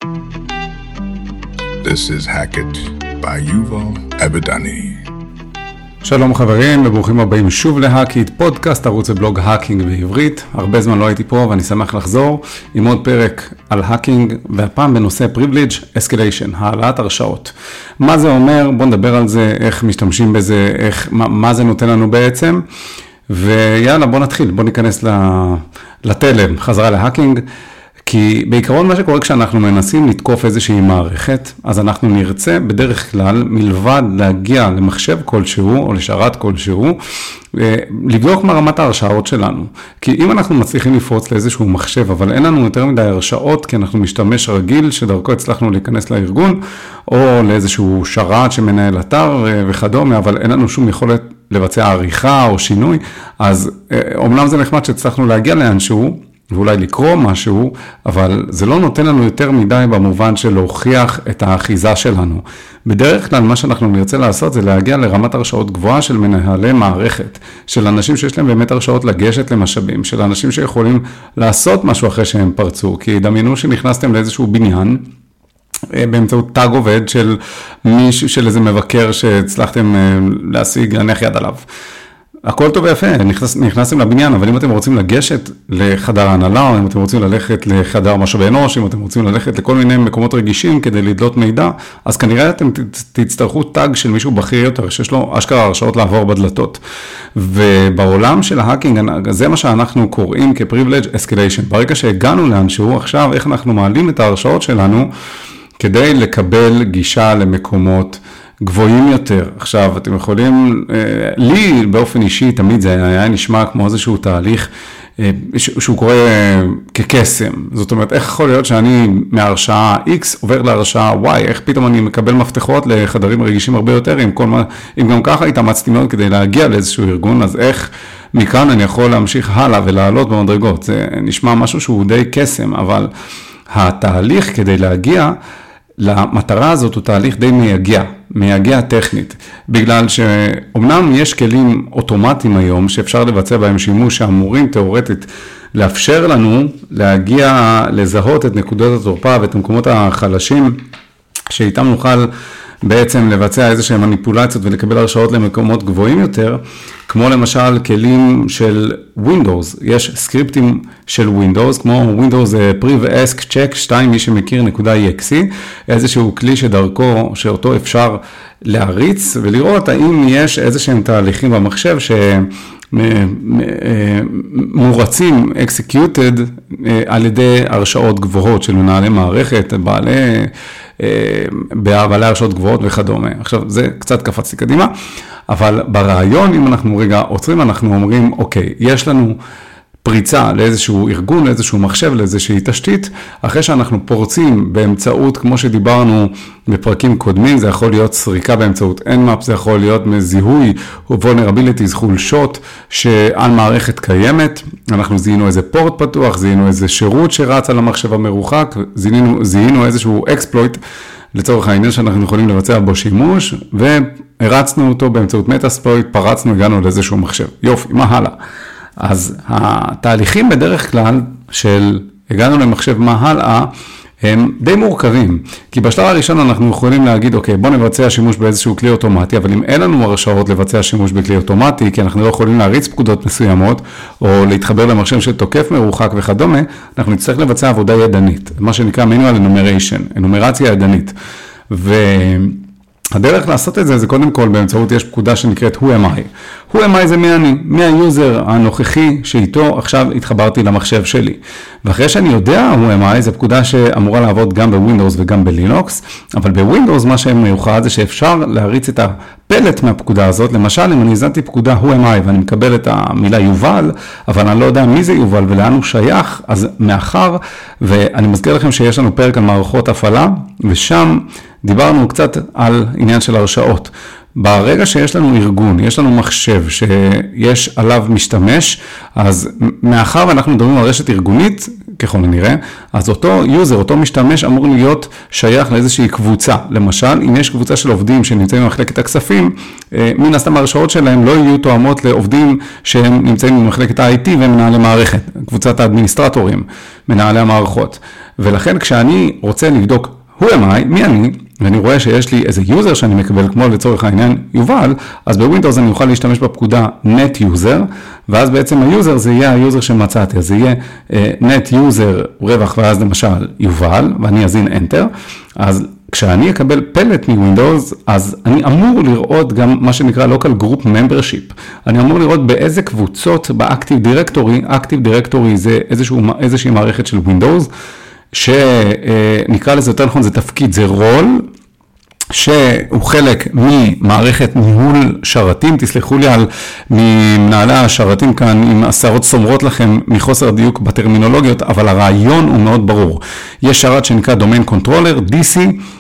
This is Hack It by Yuval Abadani. שלום חברים וברוכים הבאים שוב להאקיט, פודקאסט ערוץ ובלוג האקינג בעברית. הרבה זמן לא הייתי פה ואני שמח לחזור עם עוד פרק על האקינג, והפעם בנושא Privilege Escalation, העלאת הרשאות. מה זה אומר? בוא נדבר על זה, איך משתמשים בזה, מה זה נותן לנו בעצם. ויאללה, בוא נתחיל, בוא ניכנס לתלם, חזרה להאקינג. כי בעיקרון מה שקורה כשאנחנו מנסים לתקוף איזושהי מערכת, אז אנחנו נרצה בדרך כלל מלבד להגיע למחשב כלשהו או לשרת כלשהו, לבדוק מה רמת ההרשאות שלנו. כי אם אנחנו מצליחים לפרוץ לאיזשהו מחשב, אבל אין לנו יותר מדי הרשאות, כי אנחנו משתמש רגיל שדרכו הצלחנו להיכנס לארגון, או לאיזשהו שרת שמנהל אתר וכדומה, אבל אין לנו שום יכולת לבצע עריכה או שינוי, אז אומנם זה נחמד שהצלחנו להגיע לאנשהו, ואולי לקרוא משהו, אבל זה לא נותן לנו יותר מדי במובן של להוכיח את האחיזה שלנו. בדרך כלל מה שאנחנו נרצה לעשות זה להגיע לרמת הרשאות גבוהה של מנהלי מערכת, של אנשים שיש להם באמת הרשאות לגשת למשאבים, של אנשים שיכולים לעשות משהו אחרי שהם פרצו, כי דמיינו שנכנסתם לאיזשהו בניין, באמצעות תג עובד של מישהו, של איזה מבקר שהצלחתם להשיג, להניח יד עליו. הכל טוב ויפה, נכנסים לבניין, אבל אם אתם רוצים לגשת לחדר ההנהלה, או אם אתם רוצים ללכת לחדר משאבי אנוש, אם אתם רוצים ללכת לכל מיני מקומות רגישים כדי לדלות מידע, אז כנראה אתם תצטרכו טאג של מישהו בכיר יותר, שיש לו אשכרה הרשאות לעבור בדלתות. ובעולם של ההאקינג, זה מה שאנחנו קוראים כ-Privilege Escalation. ברגע שהגענו לאנשהו, עכשיו איך אנחנו מעלים את ההרשאות שלנו, כדי לקבל גישה למקומות גבוהים יותר. עכשיו, אתם יכולים, לי באופן אישי, תמיד זה היה נשמע כמו איזשהו תהליך שהוא קורה כקסם. זאת אומרת, איך יכול להיות שאני מהרשאה X עובר להרשאה Y, איך פתאום אני מקבל מפתחות לחדרים רגישים הרבה יותר, אם גם ככה התאמצתי מאוד כדי להגיע לאיזשהו ארגון, אז איך מכאן אני יכול להמשיך הלאה ולעלות במדרגות. זה נשמע משהו שהוא די קסם, אבל התהליך כדי להגיע למטרה הזאת הוא תהליך די מייגע טכנית, בגלל שאומנם יש כלים אוטומטיים היום שאפשר לבצע בהם שימוש שאמורים תיאורטית לאפשר לנו להגיע, לזהות את נקודות התורפה ואת המקומות החלשים שאיתם נוכל בעצם לבצע איזושהי מניפולציות ולקבל הרשאות למקומות גבוהים יותר, כמו למשל כלים של Windows. יש סקריפטים של Windows, כמו Windows Priv Ask Check 2, מי שמכיר .exe, איזשהו כלי שדרכו, שאותו אפשר להריץ ולראות האם יש איזשהם תהליכים במחשב שמורצים, executed, על ידי הרשאות גבוהות של מנהלי מערכת, בעלי הרשאות גבוהות וכדומה. עכשיו, זה קצת קפצתי קדימה, אבל ברעיון, אם אנחנו רגע עוצרים, אנחנו אומרים, אוקיי, יש לנו פריצה לאיזשהו ארגון, לאיזשהו מחשב, לאיזושהי תשתית, אחרי שאנחנו פורצים באמצעות, כמו שדיברנו בפרקים קודמים, זה יכול להיות סריקה באמצעות Nmap, זה יכול להיות מזיהוי או vulnerabilities, חולשות שעל מערכת קיימת, אנחנו זיהינו איזה פורט פתוח, זיהינו איזה שירות שרץ על המחשב המרוחק, זיהינו איזשהו exploit, לצורך העניין שאנחנו יכולים לבצע בו שימוש, והרצנו אותו באמצעות מטאספלויט, פרצנו, הגענו לאיזשהו מחשב. יופי, מה הלאה? אז התהליכים בדרך כלל של הגענו למחשב מה הלאה, הם די מורכבים, כי בשלב הראשון אנחנו יכולים להגיד, אוקיי, בוא נבצע שימוש באיזשהו כלי אוטומטי, אבל אם אין לנו הרשאות לבצע שימוש בכלי אוטומטי, כי אנחנו לא יכולים להריץ פקודות מסוימות, או להתחבר למחשב של תוקף מרוחק וכדומה, אנחנו נצטרך לבצע עבודה ידנית, מה שנקרא manual enumeration, אנומרציה ידנית. הדרך לעשות את זה, זה קודם כל באמצעות, יש פקודה שנקראת Who am I. Who am I זה מי היוזר הנוכחי שאיתו עכשיו התחברתי למחשב שלי. ואחרי שאני יודע Who am I, זה פקודה שאמורה לעבוד גם בווינדוס וגם בלינוקס, אבל בווינדוס מה שמיוחד זה שאפשר להריץ את הפלט מהפקודה הזאת. למשל, אם אני הזנתי פקודה Who am I ואני מקבל את המילה יובל, אבל אני לא יודע מי זה יובל ולאן הוא שייך, אז מאחר, ואני מזכיר לכם שיש לנו פרק על מערכות הפעלה, ושם דיברנו קצת על עניין של הרשאות. ברגע שיש לנו ארגון, יש לנו מחשב שיש עליו משתמש, אז מאחר ואנחנו מדברים על רשת ארגונית, ככל הנראה, אז אותו יוזר, אותו משתמש אמור להיות שייך לאיזושהי קבוצה. למשל, אם יש קבוצה של עובדים שנמצאים במחלקת הכספים, מן הסתם ההרשאות שלהם לא יהיו תואמות לעובדים שהם נמצאים במחלקת ה-IT ומנהלי מערכת, קבוצת האדמיניסטרטורים, מנהלי המערכות. ולכן כשאני רוצה לבדוק who am I, מי אני, ואני רואה שיש לי איזה יוזר שאני מקבל, כמו לצורך העניין יובל, אז בווינדוס אני אוכל להשתמש בפקודה net user, ואז בעצם היוזר זה יהיה היוזר שמצאתי, אז זה יהיה net user רווח, ואז למשל יובל, ואני אזין enter, אז כשאני אקבל פלט מווינדוס, אז אני אמור לראות גם מה שנקרא local group membership. אני אמור לראות באיזה קבוצות ב-Active Directory, Active Directory זה איזושהי מערכת של ווינדוס, שנקרא לזה יותר נכון, זה תפקיד, זה רול, שהוא חלק ממערכת ניהול שרתים, תסלחו לי על מנהלי השרתים כאן, עם השערות סומרות לכם מחוסר דיוק בטרמינולוגיות, אבל הרעיון הוא מאוד ברור. יש שרת שנקרא Domain Controller, DC,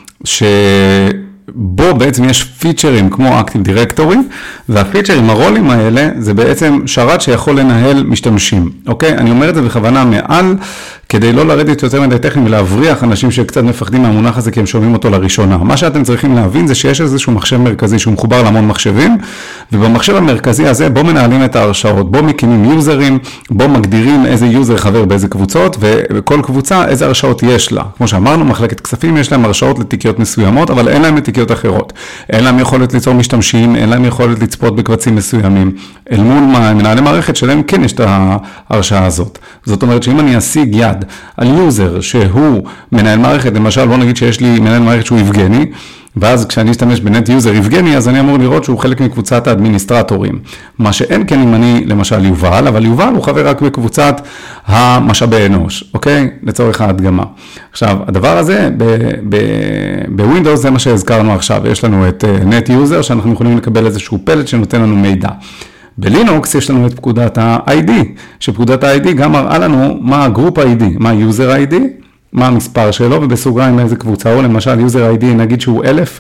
שבו בעצם יש פיצ'רים כמו Active Directory, והפיצ'רים, הרולים האלה, זה בעצם שרת שיכול לנהל משתמשים. אוקיי? אני אומר את זה בכוונה מעל, כדי לא לרדת יותר מדי טכני ולהבריח אנשים שקצת מפחדים מהמונח הזה כי הם שומעים אותו לראשונה. מה שאתם צריכים להבין זה שיש איזשהו מחשב מרכזי שהוא מחובר להמון מחשבים, ובמחשב המרכזי הזה בו מנהלים את ההרשאות, בו מקימים יוזרים, בו מגדירים איזה יוזר חבר באיזה קבוצות, וכל קבוצה איזה הרשאות יש לה. כמו שאמרנו, מחלקת כספים יש להם הרשאות לתיקיות מסוימות, אבל אין להם לתיקיות אחרות. אין להם יכולת ליצור משתמשים, אין להם יכולת לצפות בקבצים מסוימים. אל מול מנהלי מערכת שלהם כן יש את ההרשאה הזאת. זאת אומרת שאם אני אשיג יד על יוזר שהוא מנהל מערכת, למשל בוא נגיד שיש לי מנהל מערכת שהוא יבגני, ואז כשאני אשתמש בנט יוזר יבגני, אז אני אמור לראות שהוא חלק מקבוצת האדמיניסטרטורים. מה שאין כן אם אני למשל יובל, אבל יובל הוא חבר רק בקבוצת המשאבי אנוש, אוקיי? לצורך ההדגמה. עכשיו, הדבר הזה בווינדוס זה מה שהזכרנו עכשיו, יש לנו את נט יוזר שאנחנו יכולים לקבל איזשהו פלט שנותן לנו מידע. בלינוקס יש לנו את פקודת ה-ID, שפקודת ה-ID גם מראה לנו מה הגרופ ID, מה user ID, מה המספר שלו, ובסוגריים איזה קבוצה, או למשל user ID נגיד שהוא 1000,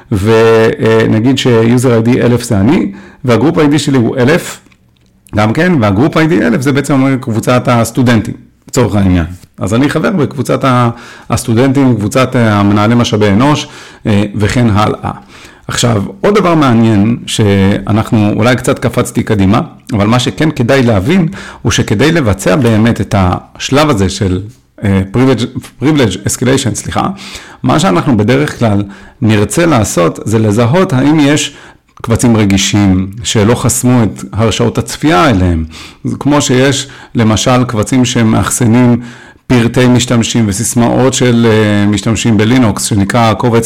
ונגיד ש-user ID 1000 זה אני, והגרופ ID שלי הוא 1000, גם כן, והגרופ ID 1000 זה בעצם אומר קבוצת הסטודנטים, לצורך העניין. אז אני חבר בקבוצת הסטודנטים, קבוצת המנהלי משאבי אנוש, וכן הלאה. עכשיו, עוד דבר מעניין שאנחנו אולי קצת קפצתי קדימה, אבל מה שכן כדאי להבין הוא שכדי לבצע באמת את השלב הזה של privilege escalation, מה שאנחנו בדרך כלל נרצה לעשות זה לזהות האם יש קבצים רגישים שלא חסמו את הרשאות הצפייה אליהם, כמו שיש למשל קבצים שמאחסנים פרטי משתמשים וסיסמאות של משתמשים בלינוקס, שנקרא קובץ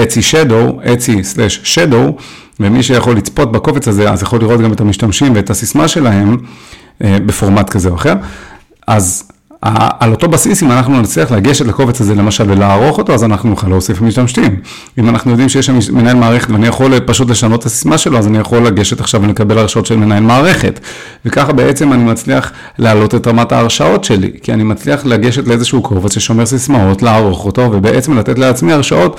etsy/shadow, ומי שיכול לצפות בקובץ הזה, אז יכול לראות גם את המשתמשים ואת הסיסמה שלהם בפורמט כזה או אחר. אז על אותו בסיס, אם אנחנו נצליח לגשת לקובץ הזה למשל ולערוך אותו, אז אנחנו נוכל להוסיף משתמשים. אם אנחנו יודעים שיש שם מנהל מערכת ואני יכול פשוט לשנות את הסיסמה שלו, אז אני יכול לגשת עכשיו ולקבל הרשאות של מנהל מערכת. וככה בעצם אני מצליח להעלות את רמת ההרשאות שלי, כי אני מצליח לגשת לאיזשהו קובץ ששומר סיסמאות, לערוך אותו, ובעצם לתת לעצמי הרשאות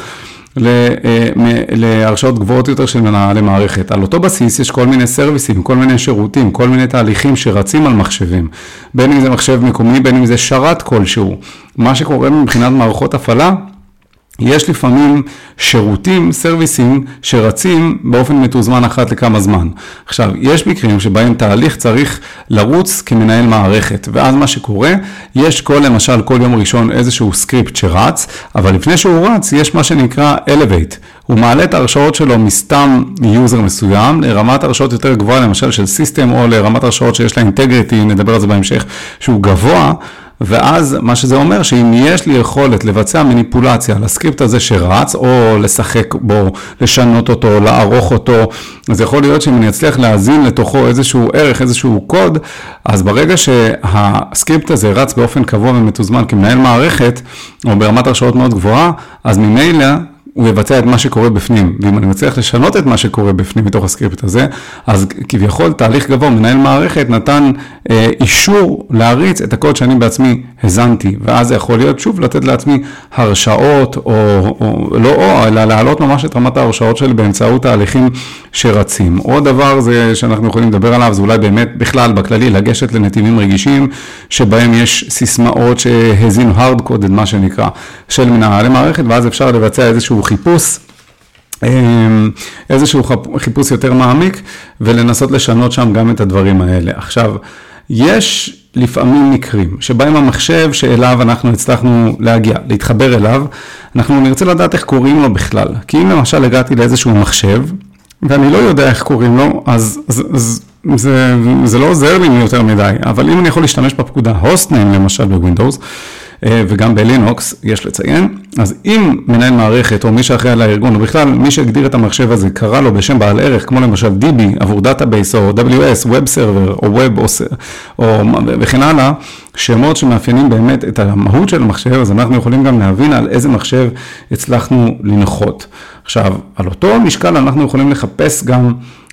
להרשאות גבוהות יותר של מנהלי מערכת. על אותו בסיס יש כל מיני סרוויסים, כל מיני שירותים, כל מיני תהליכים שרצים על מחשבים. בין אם זה מחשב מקומי, בין אם זה שרת כלשהו. מה שקורה מבחינת מערכות הפעלה, יש לפעמים שירותים, סרוויסים שרצים באופן מתוזמן אחת לכמה זמן. עכשיו, יש מקרים שבהם תהליך צריך לרוץ כמנהל מערכת, ואז מה שקורה, יש למשל כל יום ראשון איזשהו סקריפט שרץ, אבל לפני שהוא רץ, יש מה שנקרא Elevate. הוא מעלה את ההרשאות שלו מסתם יוזר מסוים, לרמת הרשאות יותר גבוהה, למשל של סיסטם, או לרמת הרשאות שיש לה אינטגריטי, נדבר על זה בהמשך, שהוא גבוה, ואז מה שזה אומר שאם יש לי יכולת לבצע מניפולציה לסקריפט הזה שרץ, או לשחק בו, לשנות אותו, לערוך אותו, אז יכול להיות שאם אני אצליח להזין לתוכו איזשהו ערך, איזשהו קוד, אז ברגע שהסקריפט הזה רץ באופן קבוע ומתוזמן כמנהל מערכת, או ברמת הרשאות מאוד גבוהה, אז ממילא הוא יבצע את מה שקורה בפנים, ואם אני מצליח לשנות את מה שקורה בפנים מתוך הסקריפט הזה, אז כביכול תהליך גבוה, מנהל מערכת נתן אישור להריץ את הקוד שאני בעצמי הזנתי, ואז זה יכול להיות שוב לתת לעצמי הרשאות, אלא להעלות ממש את רמת ההרשאות שלי באמצעות תהליכים שרצים. עוד דבר זה שאנחנו יכולים לדבר עליו, זה אולי באמת בכלל בכללי לגשת לנתיבים רגישים, שבהם יש סיסמאות שהזינו hard coded, מה שנקרא, של מנהלי מערכת, ואז אפשר לבצע איזשהו חיפוש יותר מעמיק, ולנסות לשנות שם גם את הדברים האלה. עכשיו, יש לפעמים מקרים שבהם המחשב שאליו אנחנו הצלחנו להגיע, להתחבר אליו, אנחנו נרצה לדעת איך קוראים לו בכלל. כי אם למשל הגעתי לאיזשהו מחשב, ואני לא יודע איך קוראים לו, אז זה לא עוזר לי יותר מדי. אבל אם אני יכול להשתמש בפקודה hostname למשל בווינדוס, וגם בלינוקס, יש לציין, אז אם מנהל מערכת או מי שאחראי על הארגון, או בכלל מי שהגדיר את המחשב הזה, קרא לו בשם בעל ערך, כמו למשל DB עבור דאטאבייס או WS, Web Server או Web וכן הלאה, שמות שמאפיינים באמת את המהות של המחשב, אז אנחנו יכולים גם להבין על איזה מחשב הצלחנו לנחות. עכשיו, על אותו משקל אנחנו יכולים לחפש גם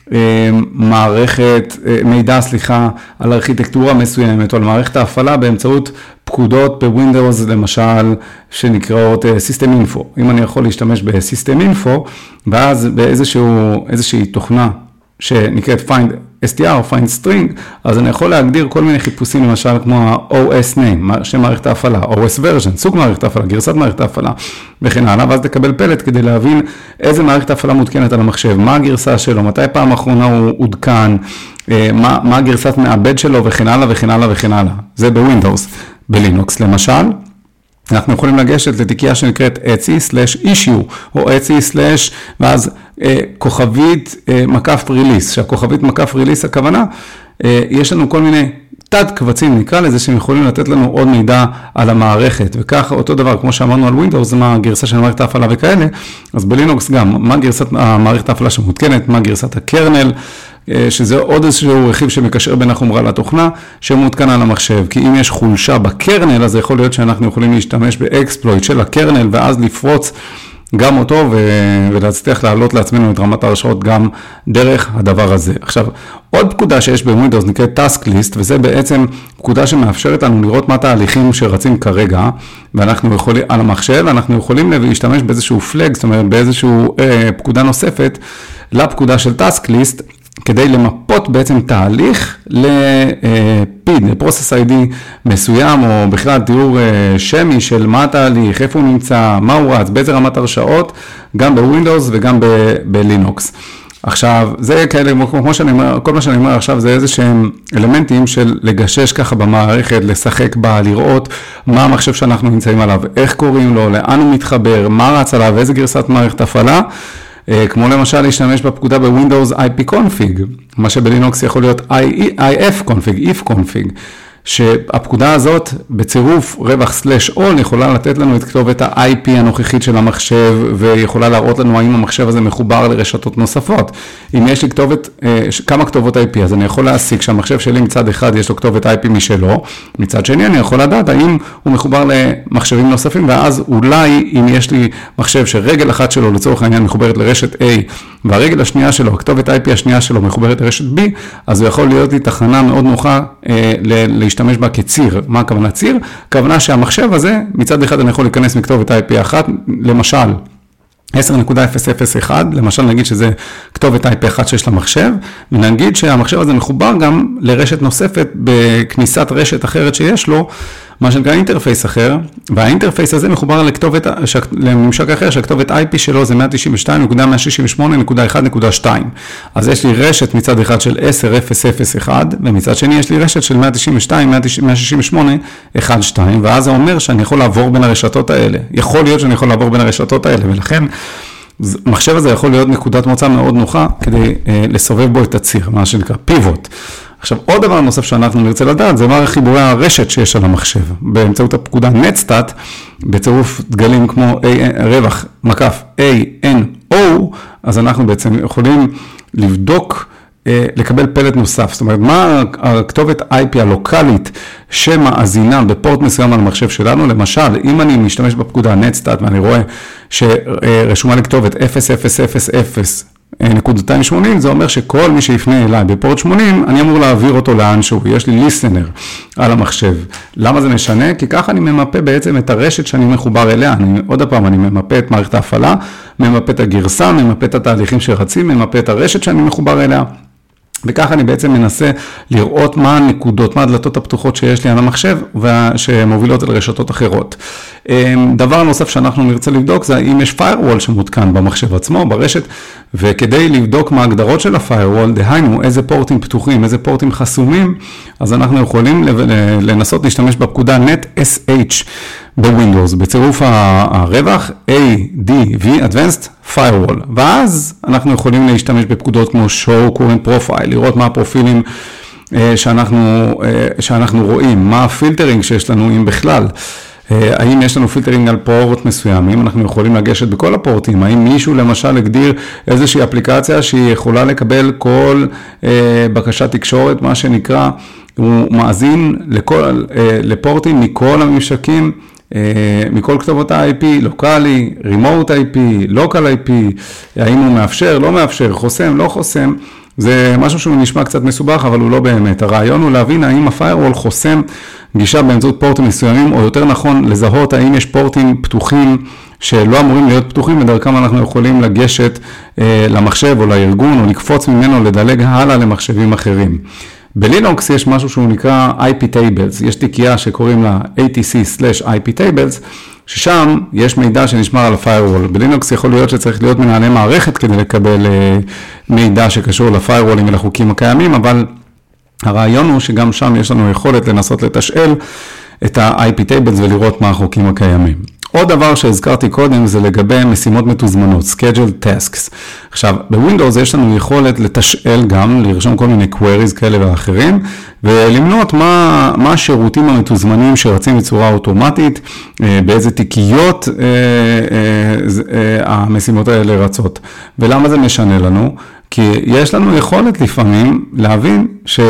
מידע על ארכיטקטורה מסוימת או על מערכת ההפעלה באמצעות פקודות בווינדוס למשל שנקראות System Info. אם אני יכול להשתמש ב-System Info ואז באיזושהי תוכנה שנקראת Find STR או Find String, אז אני יכול להגדיר כל מיני חיפושים למשל כמו ה-OS name, שם מערכת ההפעלה, OS version, סוג מערכת ההפעלה, גרסת מערכת ההפעלה וכן הלאה, ואז תקבל פלט כדי להבין איזה מערכת ההפעלה מותקנת על המחשב, מה הגרסה שלו, מתי פעם האחרונה הוא עודכן, מה הגרסת מעבד שלו וכן הלאה וכן הלאה וכן הלאה. זה בווינדוס. בלינוקס למשל, אנחנו יכולים לגשת לתיקייה שנקראת etsy/issue, או etsy/ ואז כוכבית מקף ריליס, שהכוכבית מקף ריליס הכוונה, יש לנו כל מיני תת קבצים, נקרא לזה, שהם יכולים לתת לנו עוד מידע על המערכת, וככה אותו דבר, כמו שאמרנו על ווינדוס, זה מה הגרסה של מערכת ההפעלה וכאלה, אז בלינוקס גם, מה גרסת המערכת ההפעלה שמותקנת, מה גרסת הקרנל, שזה עוד איזשהו רכיב שמקשר בין החומרה לתוכנה, שמותקן על המחשב, כי אם יש חולשה בקרנל, אז יכול להיות שאנחנו יכולים להשתמש באקספלויט של הקרנל, ואז לפרוץ גם אותו, ולהצליח להעלות לעצמנו את רמת ההרשאות גם דרך הדבר הזה. עכשיו, עוד פקודה שיש בווינדוס נקראת Task List, וזה בעצם פקודה שמאפשרת לנו לראות מה תהליכים שרצים כרגע, ואנחנו יכולים, על המחשב, אנחנו יכולים להשתמש באיזשהו פלג, זאת אומרת, באיזשהו פקודה נוספת, לפקודה של Task List, כדי למפות בעצם תהליך ל-PID, ל-Process ID מסוים, או בכלל תיאור שמי של מה התהליך, איפה הוא נמצא, מה הוא רץ, באיזה רמת הרשאות, גם בווינדוס וגם בלינוקס. עכשיו, זה כאלה, כמו שאני אומר, כל מה שאני אומר עכשיו זה איזה שהם אלמנטים של לגשש ככה במערכת, לשחק בה, לראות מה המחשב שאנחנו נמצאים עליו, איך קוראים לו, לאן הוא מתחבר, מה רץ עליו, איזה גרסת מערכת הפעלה, כמו למשל להשתמש בפקודה בווינדוס IP config, מה שבלינוקס יכול להיות if config, שהפקודה הזאת בצירוף רווח/all יכולה לתת לנו את כתובת ה-IP הנוכחית של המחשב, ויכולה להראות לנו האם המחשב הזה מחובר לרשתות נוספות. אם יש לי כמה כתובות IP, אז אני יכול להסיק שהמחשב שלי מצד אחד יש לו כתובת IP משלו, מצד שני אני יכול לדעת האם הוא מחובר למחשבים נוספים, ואז אולי אם יש לי מחשב שרגל אחת שלו לצורך העניין מחוברת לרשת A, והרגל השנייה שלו, הכתובת IP השנייה שלו מחוברת לרשת B, אז הוא יכול להיות לי תחנה מאוד נוחה להשתמש בה כציר. מה הכוונה ציר? הכוונה שהמחשב הזה, מצד אחד אני יכול להיכנס מכתובת IP אחת, למשל 10.001, למשל נגיד שזה כתובת IP אחת שיש למחשב, ונגיד שהמחשב הזה מחובר גם לרשת נוספת בכניסת רשת אחרת שיש לו, מה שנקרא אינטרפייס אחר, והאינטרפייס הזה מחובר לממשק אחר, שהכתובת IP שלו זה 192.168.1.2. אז יש לי רשת מצד אחד של 10.001, ומצד שני יש לי רשת של 192.168.1.2, ואז זה אומר שאני יכול לעבור בין הרשתות האלה. יכול להיות שאני יכול לעבור בין הרשתות האלה, ולכן המחשב הזה יכול להיות נקודת מוצא מאוד נוחה, כדי לסובב בו את הציר, מה שנקרא פיבוט. עכשיו, עוד דבר נוסף שאנחנו נרצה לדעת, זה מה חיבורי הרשת שיש על המחשב. באמצעות הפקודה netstat, בצירוף דגלים כמו רווח מקף ANO, אז אנחנו בעצם יכולים לבדוק, לקבל פלט נוסף. זאת אומרת, מה הכתובת IP הלוקלית שמאזינה בפורט מסוים על המחשב שלנו? למשל, אם אני משתמש בפקודה netstat ואני רואה שרשומה לכתובת 0000.280, זה אומר שכל מי שיפנה אליי בפורט 80, אני אמור להעביר אותו לאן שהוא, יש לי ליסטנר על המחשב. למה זה משנה? כי ככה אני ממפה בעצם את הרשת שאני מחובר אליה. עוד הפעם, אני ממפה את מערכת ההפעלה, ממפה את הגרסה, ממפה את התהליכים שרצים, ממפה את הרשת שאני מחובר אליה. וככה אני בעצם מנסה לראות מה הנקודות, מה הדלתות הפתוחות שיש לי על המחשב, שמובילות אל רשתות אחרות. דבר נוסף שאנחנו נרצה לבדוק, זה אם יש firewall שמותקן במחשב עצמו, ברשת, וכדי לבדוק מה ההגדרות של ה-firewall, דהיינו איזה פורטים פתוחים, איזה פורטים חסומים, אז אנחנו יכולים לנסות להשתמש בפקודה NetSH בווינדוס, בצירוף הרווח ADV, Advanced Firewall, ואז אנחנו יכולים להשתמש בפקודות כמו Show Current Profile, לראות מה הפרופילים שאנחנו רואים, מה הפילטרינג שיש לנו, אם בכלל, האם יש לנו פילטרינג על פורט מסוים, אם אנחנו יכולים לגשת בכל הפורטים, האם מישהו למשל הגדיר איזושהי אפליקציה שהיא יכולה לקבל כל בקשת תקשורת, מה שנקרא, הוא מאזין לפורטים מכל הממשקים, מכל כתובות ה-IP, לוקלי, רימוט IP, לוקל IP, האם הוא מאפשר, לא מאפשר, חוסם, לא חוסם, זה משהו שהוא נשמע קצת מסובך, אבל הוא לא באמת. הרעיון הוא להבין האם ה-firewall חוסם גישה באמצעות פורטים מסוימים, או יותר נכון לזהות האם יש פורטים פתוחים שלא אמורים להיות פתוחים, ודרכם אנחנו יכולים לגשת למחשב או לארגון, או לקפוץ ממנו, לדלג הלאה למחשבים אחרים. בלינוקס יש משהו שהוא נקרא IP tables, יש תיקייה שקוראים לה ATC/IP tables, ששם יש מידע שנשמר על ה-firewall. בלינוקס יכול להיות שצריך להיות מנהלי מערכת כדי לקבל מידע שקשור ל-firewallים ולחוקים הקיימים, אבל הרעיון הוא שגם שם יש לנו יכולת לנסות לתשאל את ה-IP tables ולראות מה החוקים הקיימים. עוד דבר שהזכרתי קודם זה לגבי משימות מתוזמנות, scheduled tasks. עכשיו, בווינדוס יש לנו יכולת לתשאל גם, לרשום כל מיני queries כאלה ואחרים, ולמנות מה השירותים המתוזמנים שרצים בצורה אוטומטית, באיזה תיקיות המשימות האלה רצות. ולמה זה משנה לנו? כי יש לנו יכולת לפעמים להבין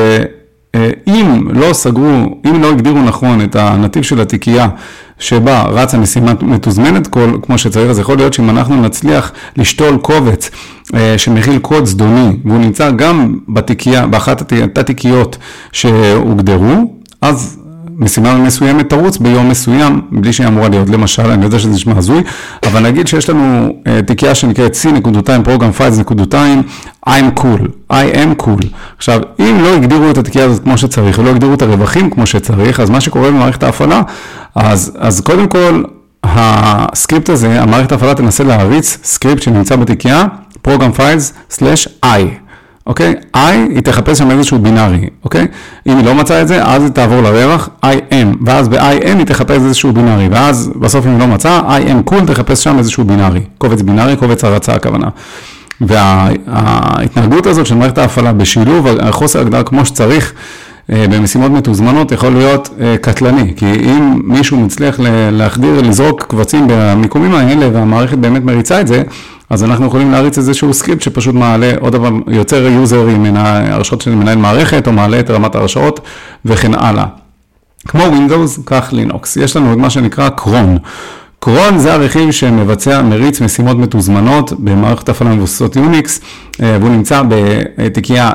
אם לא הגדירו נכון את הנתיב של התיקייה שבה רצה משימה מתוזמנת כמו שצריך, אז יכול להיות שאם אנחנו נצליח לשתול קובץ שמכיל קוד זדוני, והוא נמצא גם בתיקייה, באחת התיקיות שהוגדרו, אז משימה מסוימת תרוץ ביום מסוים, בלי שהיא אמורה להיות. למשל, אני יודע שזה נשמע הזוי, אבל נגיד שיש לנו תיקייה שנקראת C.2, Program Files.2, I'm cool. עכשיו, אם לא הגדירו את התיקייה הזאת כמו שצריך, ולא הגדירו את הרווחים כמו שצריך, אז מה שקורה במערכת ההפעלה, אז קודם כל, הסקריפט הזה, המערכת ההפעלה תנסה להריץ סקריפט שנמצא בתיקייה, Program Files/I. אוקיי? I היא תחפש שם איזשהו בינארי, אוקיי? אם היא לא מצאה את זה, אז היא תעבור לרווח IM, ואז ב-IM היא תחפש איזשהו בינארי, ואז בסוף אם היא לא מצאה, IM cool תחפש שם איזשהו בינארי, קובץ בינארי, קובץ הרצה הכוונה. וההתנהגות הזאת של מערכת ההפעלה בשילוב, החוסר הגדרה כמו שצריך, במשימות מתוזמנות יכול להיות קטלני, כי אם מישהו מצליח להחדיר, לזרוק קבצים במיקומים האלה, והמערכת באמת מריצה את זה, אז אנחנו יכולים להריץ איזשהו סקריפט שפשוט מעלה, עוד דבר, יוצר יוזר עם הרשאות של מנהל מערכת, או מעלה את רמת הרשאות, וכן הלאה. כמו Windows, כך לינוקס. יש לנו את מה שנקרא קרון. קרון זה הרכיב שמבצע מריץ משימות מתוזמנות במערכת הפעלה מבוססות יוניקס, והוא נמצא בתיקייה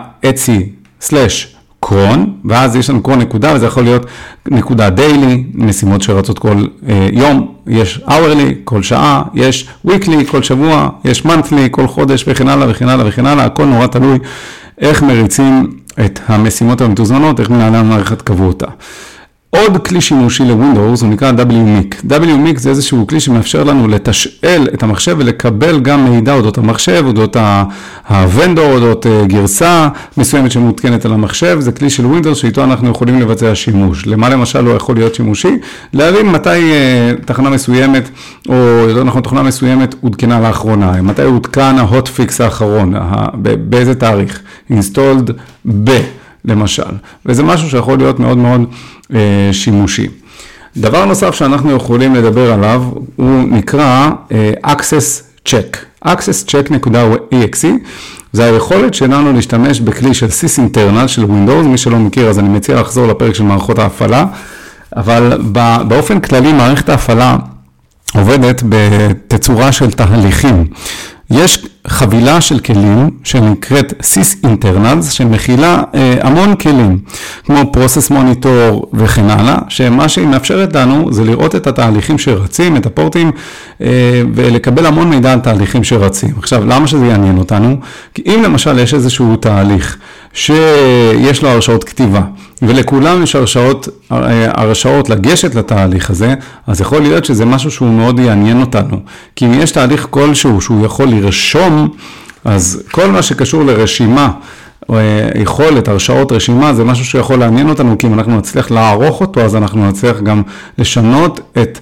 etsy/קרון, ואז יש לנו קרון נקודה, וזה יכול להיות נקודה דיילי, משימות שרצות כל יום, יש hourly, כל שעה, יש weekly, כל שבוע, יש monthly, כל חודש, וכן הלאה וכן הלאה וכן הלאה, הכל נורא תלוי איך מריצים את המשימות המתוזמנות, איך מנהלי המערכת קבעו אותה. עוד כלי שימושי לווינדוס הוא נקרא WMIC. WMIC זה איזשהו כלי שמאפשר לנו לתשאל את המחשב ולקבל גם מידע אודות המחשב, אודות הוונדור, אודות גרסה מסוימת שמותקנת על המחשב. זה כלי של ווינדוס שאיתו אנחנו יכולים לבצע שימוש. למה למשל לא יכול להיות שימושי? להבין מתי תחנה מסוימת, או יותר נכון תוכנה מסוימת הותקנה לאחרונה. מתי הותקן ההוטפיקס האחרון, באיזה תאריך? installed למשל. וזה משהו שיכול להיות מאוד מאוד שימושי. דבר נוסף שאנחנו יכולים לדבר עליו, הוא נקרא Access Check. accesscheck.exe, זה היכולת שלנו להשתמש בכלי של sysinterna של Windows, מי שלא מכיר אז אני מציע לחזור לפרק של מערכות ההפעלה, אבל באופן כללי מערכת ההפעלה עובדת בתצורה של תהליכים. יש חבילה של כלים שנקראת Sys Internals, שמכילה המון כלים, כמו Process Monitor וכן הלאה, שמה שהיא מאפשרת לנו זה לראות את התהליכים שרצים, את הפורטים, ולקבל המון מידע על תהליכים שרצים. עכשיו, למה שזה יעניין אותנו? כי אם למשל יש איזשהו תהליך שיש לו הרשאות כתיבה, ולכולם יש הרשאות לגשת לתהליך הזה, אז יכול להיות שזה משהו שהוא מאוד יעניין אותנו. כי אם יש תהליך כלשהו שהוא יכול לרשום, אז כל מה שקשור לרשימה, יכולת, הרשאות רשימה, זה משהו שיכול לעניין אותנו, כי אם אנחנו נצליח לערוך אותו, אז אנחנו נצליח גם לשנות את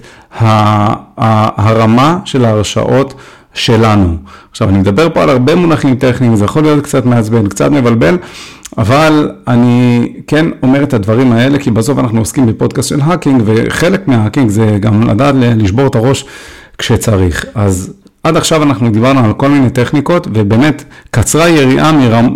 הרמה של ההרשאות שלנו. עכשיו, אני מדבר פה על הרבה מונחים טכניים, זה יכול להיות קצת מעצבן, קצת מבלבל, אבל אני כן אומר את הדברים האלה, כי בסוף אנחנו עוסקים בפודקאסט של האקינג, וחלק מההאקינג זה גם לדעת לשבור את הראש כשצריך. אז עד עכשיו אנחנו דיברנו על כל מיני טכניקות, ובאמת קצרה יריעה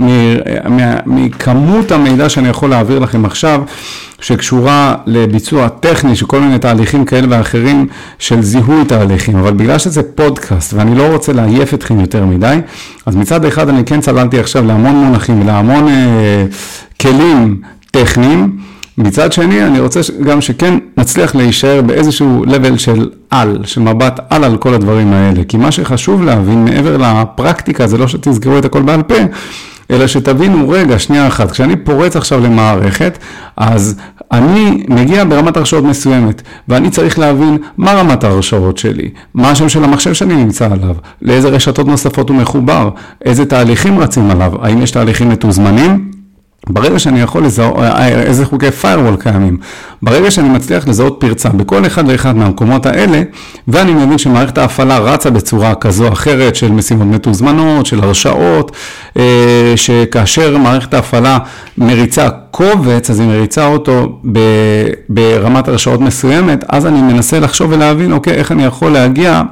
מכמות המידע שאני יכול להעביר לכם עכשיו, שקשורה לביצוע טכני של כל מיני תהליכים כאלה ואחרים של זיהוי תהליכים, אבל בגלל שזה פודקאסט ואני לא רוצה לעייף אתכם יותר מדי, אז מצד אחד אני כן צללתי עכשיו להמון מונחים, להמון כלים טכניים, מצד שני אני רוצה גם שכן נצליח להישאר באיזשהו לבל של מבט על כל הדברים האלה, כי מה שחשוב להבין מעבר לפרקטיקה זה לא שתזכרו את הכל בעל פה, אלא שתבינו, רגע, שנייה אחת, כשאני פורץ עכשיו למערכת, אז אני מגיע ברמת הרשאות מסוימת, ואני צריך להבין מה רמת ההרשאות שלי, מה השם של המחשב שאני נמצא עליו, לאיזה רשתות נוספות הוא מחובר, איזה תהליכים רצים עליו, האם יש תהליכים מתוזמנים, ברגע שאני יכול לזהות, איזה חוקי firewall קיימים, ברגע שאני מצליח לזהות פרצה בכל אחד ואחד מהמקומות האלה, ואני מבין שמערכת ההפעלה רצה בצורה כזו או אחרת של משימות מתוזמנות, של הרשאות, שכאשר מערכת ההפעלה מריצה קובץ, אז היא מריצה אותו ברמת הרשאות מסוימת, אז אני מנסה לחשוב ולהבין, אוקיי, איך אני יכול להגיע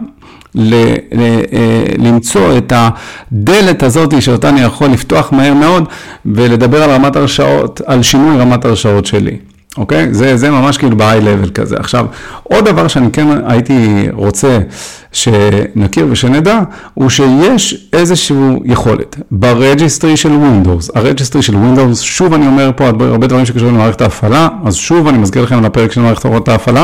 למצוא את הדלת הזאת שאותה אני יכול לפתוח מהר מאוד ולדבר על רמת הרשאות, על שינוי רמת הרשאות שלי. אוקיי? זה ממש כאילו ב-high level כזה. עכשיו, עוד דבר שאני כן הייתי רוצה שנכיר ושנדע, הוא שיש איזשהו יכולת ברג'יסטרי של Windows. הרג'יסטרי של Windows, שוב אני אומר פה הרבה דברים שקשורים למערכת ההפעלה, אז שוב אני מזכיר לכם על הפרק של מערכת ההפעלה,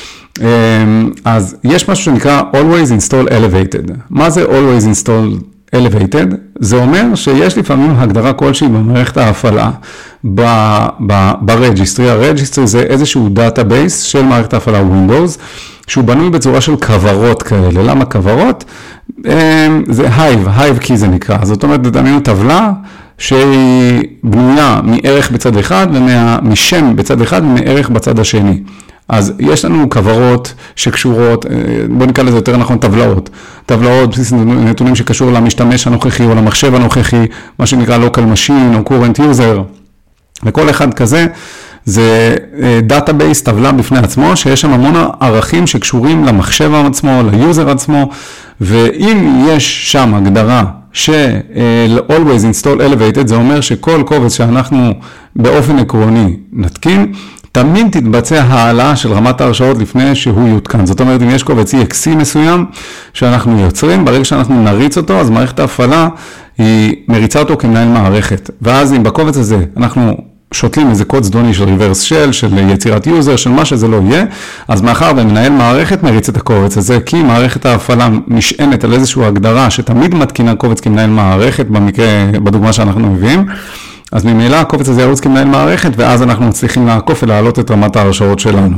אז יש משהו שנקרא Always Install Elevated. מה זה Always Install Elevated? זה אומר שיש לפעמים הגדרה כלשהי במערכת ההפעלה ברג'יסטרי. הרג'יסטרי זה איזשהו דאטאבייס של מערכת ההפעלה Windows, שהוא בנוי בצורה של כברות כאלה. למה כברות? זה Hive key זה נקרא. זאת אומרת, דמיינו טבלה שהיא בנויה מערך בצד אחד ומשם בצד אחד ומערך בצד השני. אז יש לנו כברות שקשורות, בוא נקרא לזה יותר נכון טבלאות, בסיס נתונים שקשור למשתמש הנוכחי או למחשב הנוכחי, מה שנקרא local machine או current user, וכל אחד כזה זה דאטאבייס, טבלה בפני עצמו, שיש שם המון ערכים שקשורים למחשב עצמו, ליוזר עצמו, ואם יש שם הגדרה ש-always install elevated, זה אומר שכל קובץ שאנחנו באופן עקרוני נתקין, תמיד תתבצע העלה של רמת ההרשאות לפני שהוא יותקן. זאת אומרת, אם יש קובץ EXE מסוים שאנחנו יוצרים, ברגע שאנחנו נריץ אותו, אז מערכת ההפעלה היא מריצה אותו כמנהל מערכת. ואז אם בקובץ הזה אנחנו שותלים איזה קוד זדוני של reverse shell, של יצירת יוזר, של מה שזה לא יהיה, אז מאחר ומנהל מערכת מריץ את הקובץ הזה, כי מערכת ההפעלה נשענת על איזושהי הגדרה שתמיד מתקינה קובץ כמנהל מערכת, בדוגמה שאנחנו מביאים, אז ממילא הקובץ הזה ירוץ כמנהל מערכת, ואז אנחנו מצליחים לעקוף ולהעלות את רמת ההרשאות שלנו.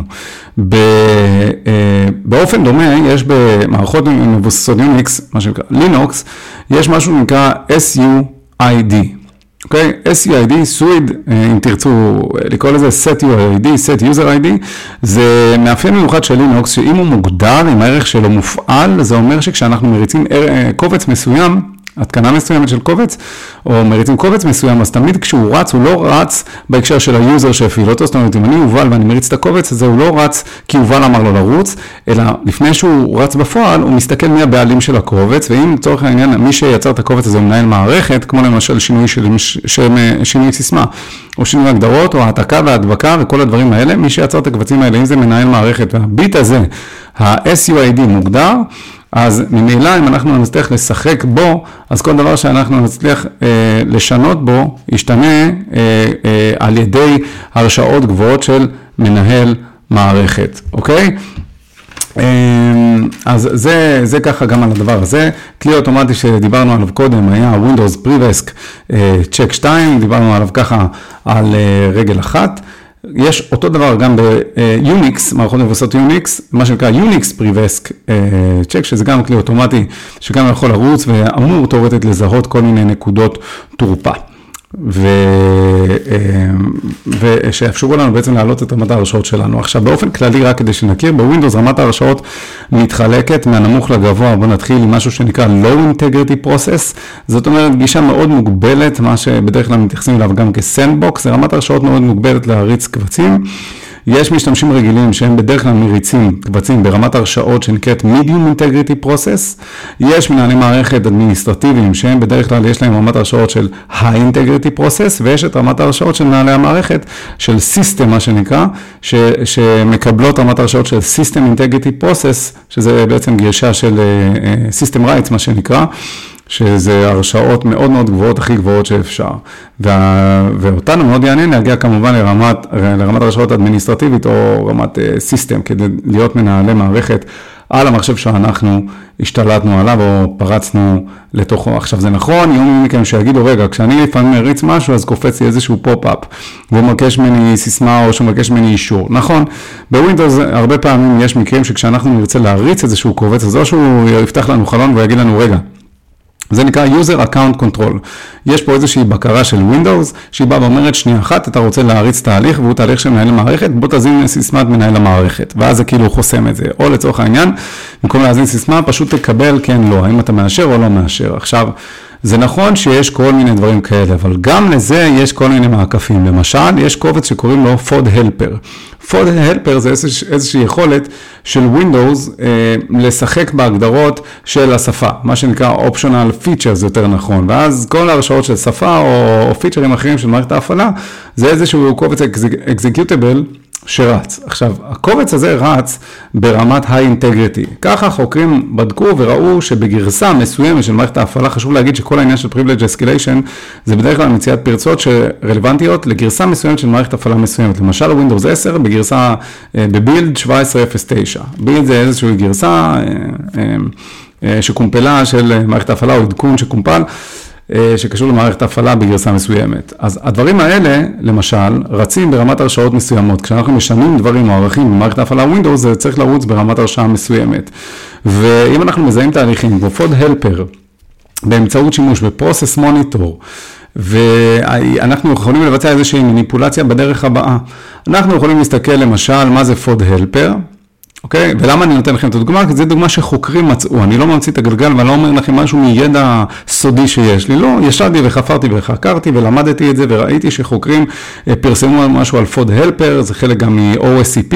באופן דומה, יש במערכות מבוססות יוניקס, מה שנקרא לינוקס, יש משהו שנקרא SUID. אוקיי? SUID, SUID, אם תרצו לקרוא לזה Set UID, Set User ID, זה מאפיין מיוחד של לינוקס, שאם הוא מוגדר, אם הערך שלו מופעל, זה אומר שכשאנחנו מריצים קובץ מסוים, התקנה מסוימת של קובץ, או מריצים קובץ מסוים, אז תמיד כשהוא רץ, הוא לא רץ בהקשר של היוזר שהפעיל אותו, זאת אומרת, אם אני יובל ואני מריץ את הקובץ הזה, הוא לא רץ כי יובל אמר לו לרוץ, אלא לפני שהוא רץ בפועל, הוא מסתכל מי הבעלים של הקובץ, ואם לצורך העניין, מי שיצר את הקובץ הזה הוא מנהל מערכת, כמו למשל שינוי סיסמה, או שינוי הגדרות, או העתקה וההדבקה וכל הדברים האלה, מי שיצר את הקבצים האלה, אם זה מנהל מערכת, והביט הזה, ה-SUID מוגדר, אז ממילא אם אנחנו נצליח לשחק בו, אז כל דבר שאנחנו נצליח לשנות בו, ישתנה על ידי הרשאות גבוהות של מנהל מערכת, אוקיי? אז זה ככה גם על הדבר הזה. כלי אוטומטי שדיברנו עליו קודם היה Windows Previsk Check 2, דיברנו עליו ככה על רגל אחת. יש אותו דבר גם ביוניקס, מערכות מבוססות יוניקס, מה שנקרא יוניקס פריבסק צ'ק, שזה גם כלי אוטומטי שגם יכול לרוץ ואמור תאורטית לזהות כל מיני נקודות תורפה. ושיאפשרו לנו בעצם להעלות את רמת ההרשאות שלנו. עכשיו, באופן כללי, רק כדי שנכיר, בווינדוס רמת ההרשאות מתחלקת מהנמוך לגבוה. בוא נתחיל עם משהו שנקרא Low Integrity Process, זאת אומרת, גישה מאוד מוגבלת, מה שבדרך כלל מתייחסים אליו גם כסנדבוקס, זה רמת ההרשאות מאוד מוגבלת להריץ קבצים. יש משתמשים רגילים שהם בדרך כלל מריצים קבצים ברמת הרשאות שנקראת Medium Integrity Process. יש מנהלי מערכת אדמיניסטרטיביים שהם בדרך כלל יש להם רמת הרשאות של High Integrity Process, ויש את רמת הרשאות של מנהלי המערכת של System, מה שנקרא, שמקבלות רמת הרשאות של System Integrity Process, שזה בעצם גישה של System Rights, מה שנקרא, שזה הרשאות מאוד מאוד גבוהות, הכי גבוהות שאפשר. ואותנו מאוד יעניין להגיע כמובן לרמת הרשאות אדמיניסטרטיבית או רמת סיסטם, כדי להיות מנהלי מערכת על המחשב שאנחנו השתלטנו עליו או פרצנו לתוכו. עכשיו זה נכון, יום מכם שיגידו, רגע, כשאני לפעמים מריץ משהו, אז קופץ לי איזשהו פופ-אפ, והוא מבקש ממני סיסמה או שהוא מבקש ממני אישור. נכון, בווינדוס הרבה פעמים יש מקרים שכשאנחנו נרצה להריץ איזשהו קובץ, אז או שהוא יפתח לנו חלון ויגיד לנו, רגע, זה נקרא User Account Control. יש פה איזושהי בקרה של Windows, שהיא באה ואומרת, שנייה אחת, אתה רוצה להריץ תהליך, והוא תהליך של מנהל המערכת, בוא תזין סיסמת מנהל המערכת. ואז זה כאילו חוסם את זה. או לצורך העניין, במקום להזין סיסמה, פשוט תקבל כן, לא, האם אתה מאשר או לא מאשר. עכשיו, זה נכון שיש כל מיני דברים כאלה, אבל גם לזה יש כל מיני מעקפים. למשל, יש קובץ שקוראים לו FOD Helper. FOD Helper זה איזושהי יכולת של Windows לשחק בהגדרות של השפה, מה שנקרא Optional Features יותר נכון, ואז כל ההרשאות של שפה או פיצ'רים אחרים של מערכת ההפעלה, זה איזשהו קובץ Executable שרץ. עכשיו, הקובץ הזה רץ ברמת High Integrity. ככה חוקרים בדקו וראו שבגרסה מסוימת של מערכת ההפעלה, חשוב להגיד שכל העניין של Privilege Escalation, זה בדרך כלל מציאת פרצות שרלוונטיות לגרסה מסוימת של מערכת הפעלה מסוימת. למשל, Windows 10 בגרסה בבילד 17.09. בילד זה איזושהי גרסה שקומפלה של מערכת ההפעלה או עדכון שקומפל, שקשור למערכת ההפעלה בגרסה מסוימת. אז הדברים האלה, למשל, רצים ברמת הרשאות מסוימות. כשאנחנו משנים דברים או ערכים במערכת ההפעלה Windows, זה צריך לרוץ ברמת הרשאה מסוימת. ואם אנחנו מזהים תהליכים, כמו FOD Helper, באמצעות שימוש בפרוסס מוניטור, ואנחנו יכולים לבצע איזושהי מניפולציה בדרך הבאה. אנחנו יכולים להסתכל למשל מה זה FOD Helper, אוקיי? ולמה אני נותן לכם את הדוגמה? כי זו דוגמה שחוקרים מצאו. אני לא ממציא את הגלגל ואני לא אומר לכם משהו מידע סודי שיש לי. לא, ישבתי וחפרתי וחקרתי ולמדתי את זה וראיתי שחוקרים פרסמו משהו על FOD Helper, זה חלק גם מ-OSCP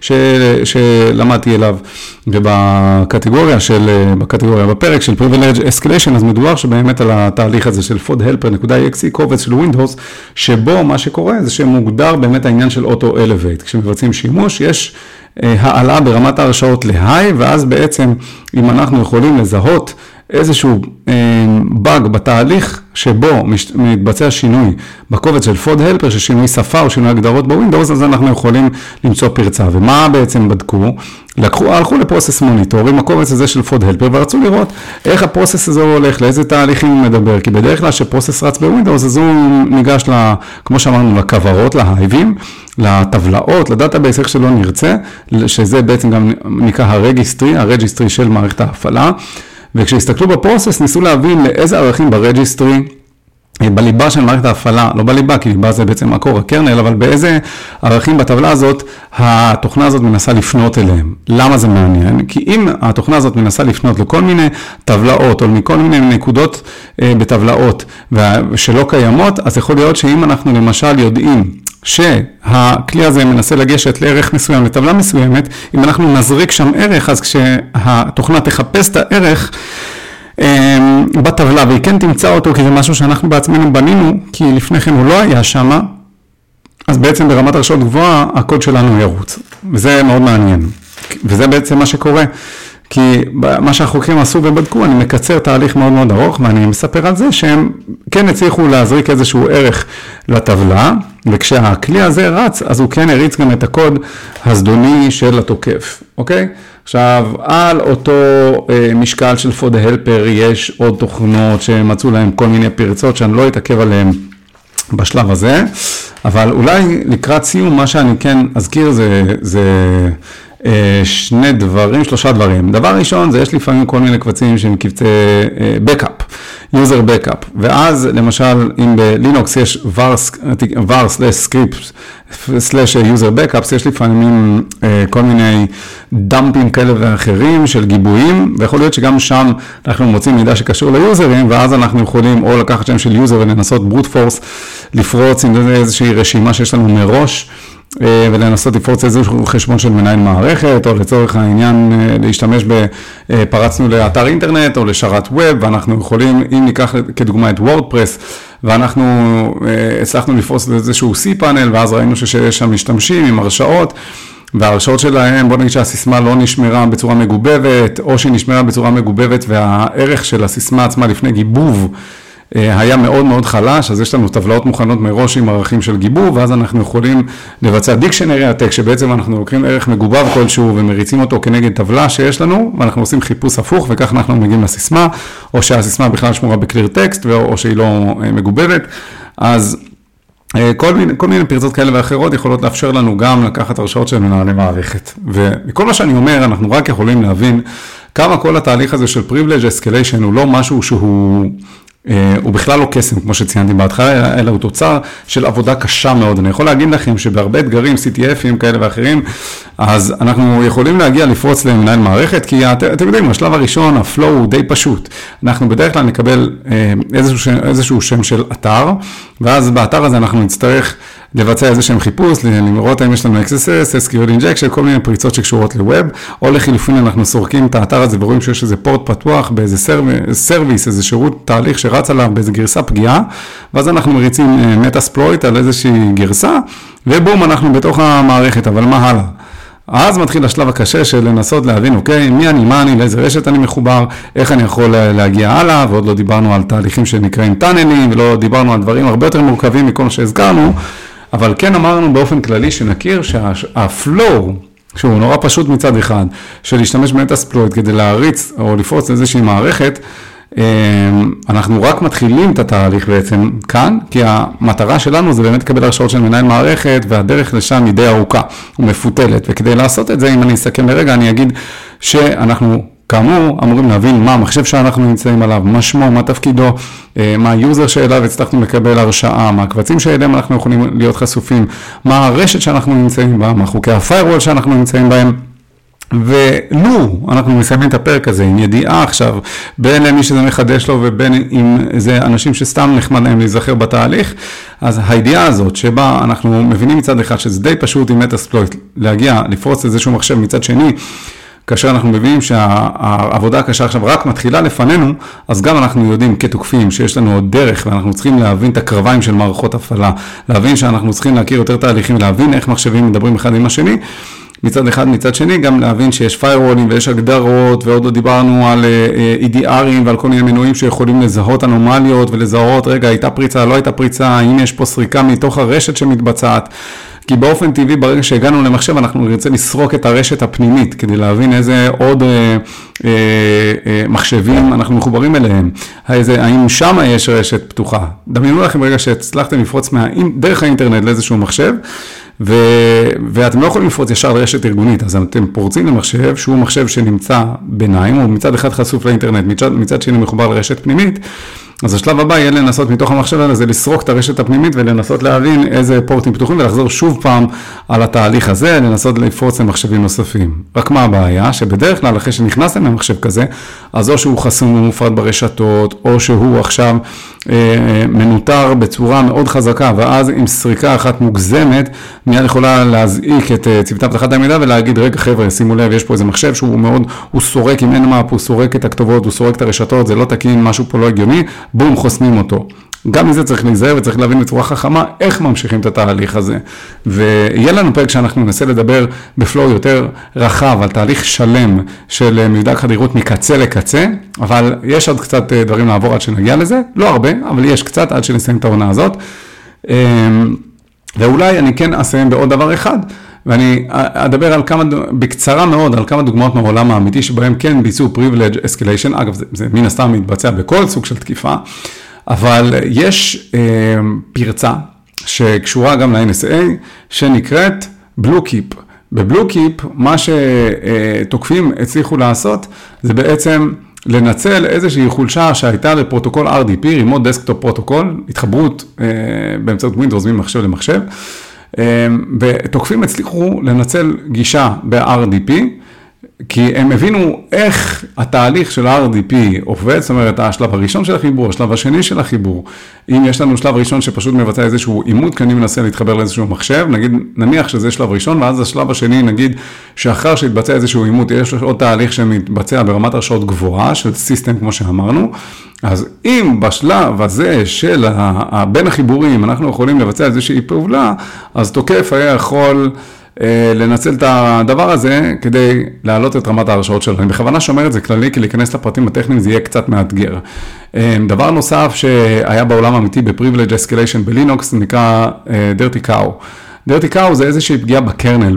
שלמדתי אליו. ובקטגוריה בפרק של Privilege Escalation, אז מדובר שבאמת על התהליך הזה של FOD Helper.exe, קובץ של Windows, שבו מה שקורה זה שמוגדר באמת העניין של Auto Elevate. כשמבצעים שימוש, יש העלה ברמת ההרשאות להי, ואז בעצם אם אנחנו יכולים לזהות איזשהו באג בתהליך שבו מתבצע שינוי בקובץ של FOD Helper, ששינוי שפה או שינוי הגדרות בווינדוס, אז אנחנו יכולים למצוא פרצה. ומה בעצם בדקו? הלכו לפרוסס מוניטור עם הקובץ הזה של FOD Helper, ורצו לראות איך הפרוסס הזה הולך, לאיזה תהליכים הוא מדבר, כי בדרך כלל שפרוסס רץ בווינדוס, אז הוא ניגש, כמו שאמרנו, לכברות, להייבים, לטבלאות, לדאטאבייס, איך שלא נרצה, שזה בעצם גם נקרא הרג'יסטרי של מערכת ההפעלה. וכשהסתכלו בפרוסס, ניסו להבין לאיזה ערכים ברג'יסטרי בליבה של מערכת ההפעלה, לא בליבה, כי ליבה זה בעצם מקור הקרנל, אבל באיזה ערכים בטבלה הזאת, התוכנה הזאת מנסה לפנות אליהם. למה זה מעניין? כי אם התוכנה הזאת מנסה לפנות לכל מיני טבלאות, או מכל מיני נקודות בטבלאות שלא קיימות, אז יכול להיות שאם אנחנו למשל יודעים שהכלי הזה מנסה לגשת לערך מסוים, לטבלה מסוימת, אם אנחנו נזריק שם ערך, אז כשהתוכנה תחפש את הערך, בטבלה, והיא כן תמצא אותו, כי זה משהו שאנחנו בעצמנו בנינו, כי לפני כן הוא לא היה שם, אז בעצם ברמת הרשאות גבוהה, הקוד שלנו ירוץ. וזה מאוד מעניין. וזה בעצם מה שקורה. כי מה שהחוקרים עשו ובדקו, אני מקצר תהליך מאוד מאוד ארוך, ואני מספר על זה שהם כן הצליחו להזריק איזשהו ערך לטבלה, וכשהכלי הזה רץ, אז הוא כן הריץ גם את הקוד הזדוני של התוקף, אוקיי? עכשיו, על אותו משקל של for the helper יש עוד תוכנות שמצאו להם כל מיני פרצות שאני לא אתעכב עליהן בשלב הזה, אבל אולי לקראת סיום מה שאני כן אזכיר זה שלושה דברים. דבר ראשון, זה יש לפעמים כל מיני קבצים שהם קבצי backup, user backup, ואז למשל אם בלינוקס יש var/script/user backups, יש לפעמים כל מיני דאמפים כאלה ואחרים של גיבויים, ויכול להיות שגם שם אנחנו מוצאים מידע שקשור ליוזרים, ואז אנחנו יכולים או לקחת שם של יוזר ולנסות brute force, לפרוץ עם איזושהי רשימה שיש לנו מראש, ולנסות לפרוץ איזשהו חשבון של מנהל מערכת, או לצורך העניין להשתמש פרצנו לאתר אינטרנט או לשרת ווב, ואנחנו יכולים, אם ניקח כדוגמה את וורדפרס, ואנחנו הצלחנו לפרוץ איזשהו C-פאנל, ואז ראינו שיש שם משתמשים עם הרשאות, וההרשאות שלהם, בוא נגיד שהסיסמה לא נשמרה בצורה מגובבת, או שהיא נשמרה בצורה מגובבת, והערך של הסיסמה עצמה לפני גיבוב, היה מאוד מאוד חלש, אז יש לנו טבלאות מוכנות מראש עם ערכים של גיבוב, ואז אנחנו יכולים לבצע דיקשנרי הטק, שבעצם אנחנו לוקחים ערך מגובב כלשהו ומריצים אותו כנגד טבלה שיש לנו, ואנחנו עושים חיפוש הפוך, וכך אנחנו מגיעים לסיסמה, או שהסיסמה בכלל שמורה בקליר טקסט, או שהיא לא מגובבת. אז כל מיני פרצות כאלה ואחרות יכולות לאפשר לנו גם לקחת הרשאות של מנהלי מערכת. ומכל מה שאני אומר, אנחנו רק יכולים להבין כמה כל התהליך הזה של privilege escalation הוא לא משהו הוא בכלל לא קסם, כמו שציינתי בהתחלה, אלא הוא תוצר של עבודה קשה מאוד. אני יכול להגיד לכם שבהרבה אתגרים, CTF'ים כאלה ואחרים, אז אנחנו יכולים להגיע לפרוץ למנהל מערכת, כי אתם יודעים, השלב הראשון, הפלואו הוא די פשוט. אנחנו בדרך כלל נקבל איזשהו שם של אתר, ואז באתר הזה אנחנו נצטרך לבצע איזשהם חיפוש, לראות האם יש לנו XSS, SQL injection, כל מיני פריצות שקשורות לווב, או לחילופין אנחנו סורקים את האתר הזה ורואים שיש איזה פורט פתוח, באיזה סרוויס, איזה שירות תהליך שרץ עליו באיזה גרסה פגיעה, ואז אנחנו מריצים מטאספלויט על איזושהי גרסה, ובום, אנחנו בתוך המערכת, אבל מה הלאה? אז מתחיל השלב הקשה של לנסות להבין, אוקיי, מי אני, מה אני, לאיזה רשת אני מחובר, איך אני יכול להגיע הלאה, ועוד לא דיברנו על תהליכים שנקראים טאנלים, ולא דיברנו על דברים הרבה יותר מורכבים מכל מה שהזכרנו, אבל כן אמרנו באופן כללי שנכיר שהפלואו, שהוא נורא פשוט מצד אחד, של להשתמש במטאספלויט כדי להריץ או לפרוץ איזושהי מערכת, אנחנו רק מתחילים את התהליך בעצם כאן, כי המטרה שלנו זה באמת לקבל הרשאות של מנהל מערכת, והדרך לשם היא די ארוכה ומפותלת, וכדי לעשות את זה, אם אני אסכם לרגע, אני אגיד שאנחנו כאמור אמורים להבין מה המחשב שאנחנו נמצאים עליו, מה שמו, מה תפקידו, מה היוזר שאליו הצלחנו לקבל הרשאה, מה הקבצים שאליהם אנחנו יכולים להיות חשופים, מה הרשת שאנחנו נמצאים בה, מה חוקי הפיירוול שאנחנו נמצאים בהם. ולו אנחנו מסיימים את הפרק הזה עם ידיעה עכשיו, בין למי שזה מחדש לו ובין אם זה אנשים שסתם נחמד להם להיזכר בתהליך, אז הידיעה הזאת שבה אנחנו מבינים מצד אחד שזה די פשוט עם מטאספלויט להגיע, לפרוץ איזשהו מחשב מצד שני, כאשר אנחנו מבינים שהעבודה הקשה עכשיו רק מתחילה לפנינו, אז גם אנחנו יודעים כתוקפים שיש לנו עוד דרך, ואנחנו צריכים להבין את הקרביים של מערכות הפעלה, להבין שאנחנו צריכים להכיר יותר תהליכים, להבין איך מחשבים מדברים אחד עם השני, מצד אחד, מצד שני, גם להבין שיש firewall'ים ויש הגדרות, ועוד לא דיברנו על EDR'ים ועל כל מיני מנועים שיכולים לזהות אנומליות ולזהות, רגע, הייתה פריצה, לא הייתה פריצה, האם יש פה סריקה מתוך הרשת שמתבצעת, כי באופן טבעי, ברגע שהגענו למחשב, אנחנו נרצה לסרוק את הרשת הפנימית, כדי להבין איזה עוד מחשבים אנחנו מחוברים אליהם. האם שם יש רשת פתוחה? דמיינו לכם רגע שהצלחתם לפרוץ דרך האינטרנט לאיזשהו מחשב, ואתם לא יכולים לפרוץ ישר לרשת ארגונית, אז אתם פורצים למחשב, שהוא מחשב שנמצא ביניים, הוא מצד אחד חשוף לאינטרנט, מצד שני מחובר לרשת פנימית, אז השלב הבא יהיה לנסות מתוך המחשב הזה, לסרוק את הרשת הפנימית ולנסות להבין איזה פורטים פתוחים ולחזור שוב פעם על התהליך הזה, לנסות לפרוץ למחשבים נוספים. רק מה הבעיה? שבדרך כלל אחרי שנכנסתם למחשב כזה, אז או שהוא חסום ומופרד ברשתות, או שהוא עכשיו מנוטר בצורה מאוד חזקה, ואז עם סריקה אחת מוגזמת, מיד יכולה להזעיק את צוותי אבטחת המידע ולהגיד, רגע חבר'ה, שימו לב, יש פה איזה מחשב שהוא מאוד, הוא סורק עם NMAP, הוא סורק את הכתובות, הוא סורק את הרשתות, זה לא תקין, משהו פה לא הגיוני, בום, חוסמים אותו. גם מזה צריך להיזהר וצריך להבין בצורה חכמה איך ממשיכים את התהליך הזה. ויהיה לנו פרק שאנחנו ננסה לדבר בפלואו יותר רחב על תהליך שלם של מבדק חדירות מקצה לקצה, אבל יש עוד קצת דברים לעבור עד שנגיע לזה, לא הרבה, אבל יש קצת עד שנסיים את העונה הזאת. ואולי אני כן אסיים בעוד דבר אחד, ואני אדבר על בקצרה מאוד, על כמה דוגמאות מהעולם האמיתי, שבהם כן ביצעו privilege escalation, אגב זה מן הסתם מתבצע בכל סוג של תקיפה, אבל יש פרצה שקשורה גם ל-NSA, שנקראת Bluekeep. ב-Bluekeep, מה שתוקפים הצליחו לעשות, זה בעצם לנצל איזושהי חולשה שהייתה לפרוטוקול RDP, Remote Desktop Protocol, התחברות באמצעות Windows ממחשב למחשב, ותוקפים הצליחו לנצל גישה ב-RDP, כי הם הבינו איך התהליך של ה-RDP עובד, זאת אומרת, השלב הראשון של החיבור, השלב השני של החיבור, אם יש לנו שלב ראשון שפשוט מבצע איזשהו אימות, כי אני מנסה להתחבר לאיזשהו מחשב, נניח שזה שלב ראשון, ואז השלב השני, נגיד, שאחר שהתבצע איזשהו אימות, יש עוד תהליך שמתבצע ברמת הרשאות גבוהה, של סיסטם כמו שאמרנו, אז אם בשלב הזה של בין החיבורים, אנחנו יכולים לבצע איזושהי פעולה, אז תוקף היה יכול לנצל את הדבר הזה כדי להעלות את רמת ההרשאות שלו. אני בכוונה שומר את זה כללי, כי להיכנס לפרטים הטכניים זה יהיה קצת מאתגר. דבר נוסף שהיה בעולם האמיתי ב-Privilege Escalation בלינוקס, זה נקרא Dirty Cow. Dirty Cow זה איזושהי פגיעה בקרנל,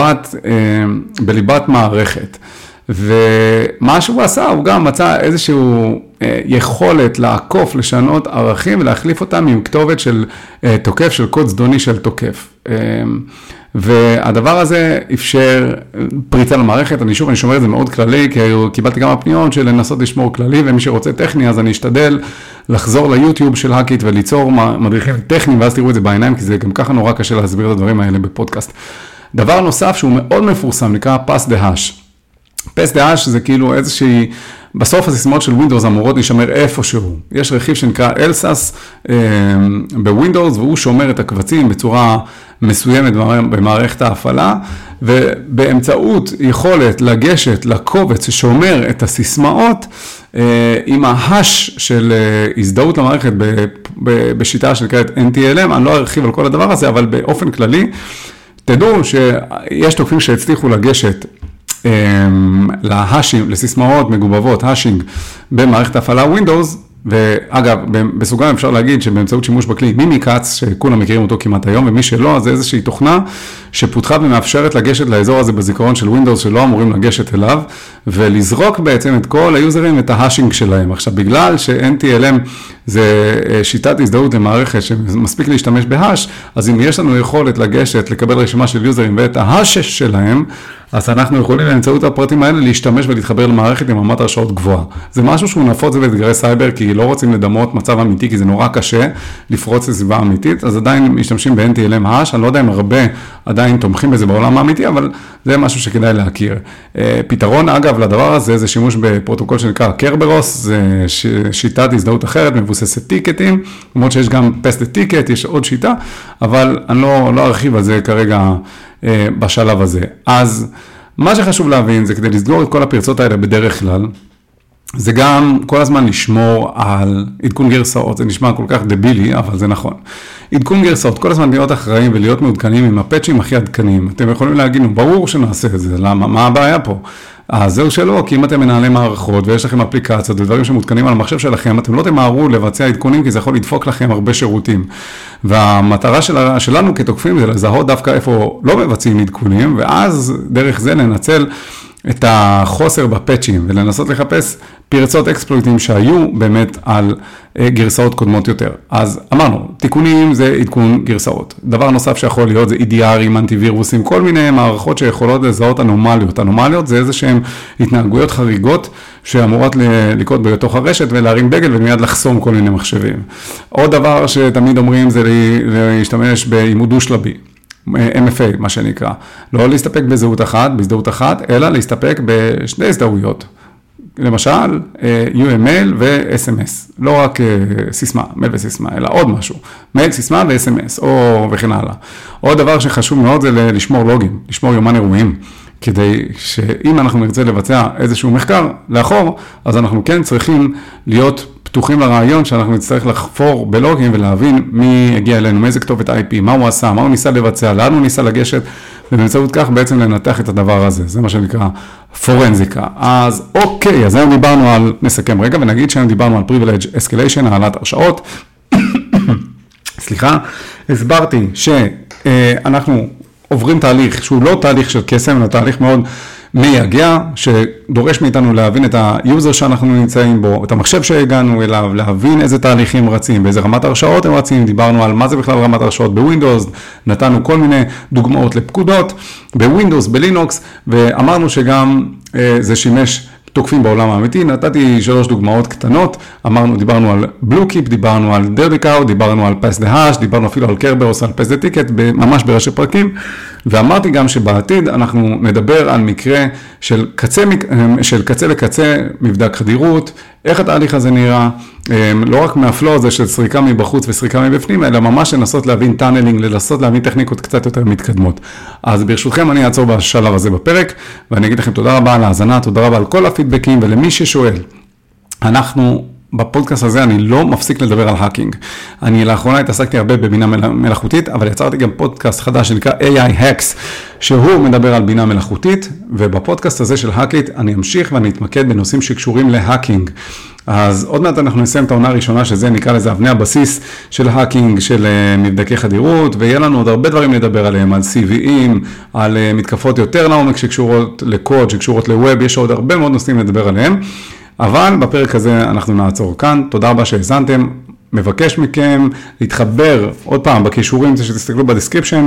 בליבת מערכת. ומה שהוא עשה, הוא גם מצא איזשהו יכולת לעקוף, לשנות ערכים ולהחליף אותם עם כתובת של תוקף, של קוד זדוני של תוקף. והדבר הזה אפשר פריצה למערכת. אני שומר את זה מאוד כללי, כי קיבלתי כמה פניות של לנסות לשמור כללי, ומי שרוצה טכני, אז אני אשתדל לחזור ליוטיוב של האקיט וליצור מדריכים טכניים, ואז תראו את זה בעיניים, כי זה גם ככה נורא קשה להסביר את הדברים האלה בפודקאסט. דבר נוסף שהוא מאוד מפורסם, נקרא Pass the Hash. Pass the Hash זה כאילו איזושהי, בסוף הסיסמאות של Windows אמורות להישמר איפשהו. יש רכיב שנקרא LSAS בווינדוס, והוא שומר את הקבצים בצורה מסוימת במערכת ההפעלה, ובאמצעות יכולת לגשת לקובץ ששומר את הסיסמאות, עם ההש של הזדהות למערכת בשיטה שנקראת NTLM, אני לא ארחיב על כל הדבר הזה, אבל באופן כללי, תדעו שיש תוקפים שהצליחו לגשת להאשים, לסיסמאות מגובבות, האשינג במערכת ההפעלה Windows, ואגב, בסוגריים אפשר להגיד שבאמצעות שימוש בכלי מימיקאץ, שכולם מכירים אותו כמעט היום, ומי שלא, אז זה איזושהי תוכנה שפותחה ומאפשרת לגשת לאזור הזה בזיכרון של Windows, שלא אמורים לגשת אליו, ולזרוק בעצם את כל היוזרים את ההאשינג שלהם. עכשיו, בגלל ש-NTLM זה שיטת הזדהות למערכת שמספיק להשתמש בהאש, אז אם יש לנו יכולת לגשת, לקבל רשימה של יוזרים ואת ההאשש שלהם, אז אנחנו יכולים באמצעות הפרטים האלה להשתמש ולהתחבר למערכת עם רמת הרשאות גבוהה. זה משהו שהוא נפוץ באתגרי סייבר, כי לא רוצים לדמות מצב אמיתי, כי זה נורא קשה לפרוץ לסביבה אמיתית, אז עדיין משתמשים ב-NTLM האש, אני לא יודע אם הרבה עדיין תומכים בזה בעולם האמיתי, אבל זה משהו שכדאי להכיר. פתרון, אגב, לדבר הזה, זה שימוש בפרוטוקול שנקרא קרברוס, זה שיטת הזדהות אחרת, מבוססת טיקטים, למרות שיש גם פסט טיקט, יש עוד שיטה, אבל אני לא ארחיב על זה כרגע בשלב הזה. אז מה שחשוב להבין זה כדי לסגור את כל הפרצות האלה בדרך כלל, זה גם כל הזמן לשמור על עדכון גרסאות, זה נשמע כל כך דבילי, אבל זה נכון. עדכון גרסאות, כל הזמן להיות אחראים ולהיות מעודכנים עם הפאצ'ים הכי עדכניים. אתם יכולים להגיד, ברור שנעשה את זה, למה? מה הבעיה פה? אז זהו שלא, כי אם אתם מנהלי מערכות ויש לכם אפליקציות ודברים שמותקנים על המחשב שלכם, אתם לא תמהרו לבצע עדכונים, כי זה יכול לדפוק לכם הרבה שירותים. והמטרה שלנו כתוקפים זה לזהות דווקא איפה לא מבצעים עדכונים, ואז דרך זה ננצל את החוסר בפאצ'ים ולנסות לחפש פרצות אקספלויטים שהיו באמת על גרסאות קודמות יותר. אז אמרנו, תיקונים זה עדכון גרסאות. דבר נוסף שיכול להיות זה EDRים, אנטיווירוסים, כל מיני מערכות שיכולות לזהות אנומליות. אנומליות זה איזה שהן התנהגויות חריגות שאמורות לקרות בתוך הרשת ולהרים דגל ומיד לחסום כל מיני מחשבים. עוד דבר שתמיד אומרים זה להשתמש באימות דו-שלבי. MFA, מה שנקרא. לא להסתפק בהזדהות אחת, אלא להסתפק בשני הזדהויות. למשל, UML ו-SMS. לא רק סיסמה, מייל וסיסמה, אלא עוד משהו. מייל, סיסמה ו-SMS, וכן הלאה. עוד דבר שחשוב מאוד זה לשמור לוגים, לשמור יומן אירועים. כדי שאם אנחנו נרצה לבצע איזשהו מחקר לאחור, אז אנחנו כן צריכים להיות פתוחים לרעיון שאנחנו נצטרך לחפור בלוגים ולהבין מי הגיע אלינו, מאיזה כתובת IP, מה הוא עשה, מה הוא ניסה לבצע, לאן הוא ניסה לגשת, ובאמצעות כך בעצם לנתח את הדבר הזה. זה מה שנקרא פורנזיקה. אז אוקיי, אז היום דיברנו על, נסכם רגע ונגיד שהיום דיברנו על privilege escalation, העלאת הרשאות. סליחה, הסברתי שאנחנו עוברים תהליך שהוא לא תהליך של קסם, אלא תהליך מאוד מייגע, שדורש מאיתנו להבין את היוזר שאנחנו נמצאים בו, את המחשב שהגענו אליו, להבין איזה תהליכים רצים, באיזה רמת הרשאות הם רצים, דיברנו על מה זה בכלל רמת הרשאות בווינדוס, נתנו כל מיני דוגמאות לפקודות, בווינדוס, בלינוקס, ואמרנו שגם זה שימש תוקפים בעולם האמיתי. נתתי 3 דוגמאות קטנות, דיברנו על בלוקיפ, דיברנו על דרביקאו, דיברנו על פס דה האש, דיברנו אפילו על קרברוס, על פס דה טיקט, ממש בראשי פרקים, ואמרתי גם שבעתיד אנחנו נדבר על מקרה של קצה לקצה, מבדק חדירות, איך התהליך הזה נראה, לא רק מהפלו הזה של סריקה מבחוץ וסריקה מבפנים, אלא ממש לנסות להבין טאנלינג, לנסות להבין טכניקות קצת יותר מתקדמות. אז ברשותכם אני אעצור בשלב הזה בפרק, ואני אגיד לכם תודה רבה על ההאזנה, תודה רבה על כל הפידבקים, ולמי ששואל, בפודקאסט הזה אני לא מפסיק לדבר על האקינג. אני לאחרונה התעסקתי הרבה בבינה מלאכותית, אבל יצרתי גם פודקאסט חדש שנקרא AI Hacks, שהוא מדבר על בינה מלאכותית, ובפודקאסט הזה של האקליט אני אמשיך ואני אתמקד בנושאים שקשורים להאקינג. אז עוד מעט אנחנו נסיים את העונה הראשונה, שזה נקרא לזה אבני הבסיס של האקינג, של מבדקי חדירות, ויהיה לנו עוד הרבה דברים לדבר עליהם, על CVEים, על מתקפות יותר לעומק שקשורות לקוד, שקשורות לווב, יש עוד הרבה מאוד נושאים לדבר עליהם. אבל בפרק הזה אנחנו נעצור כאן. תודה רבה שהזנתם. מבקש מכם להתחבר עוד פעם בקישורים, זה שתסתכלו בדסקריפשן,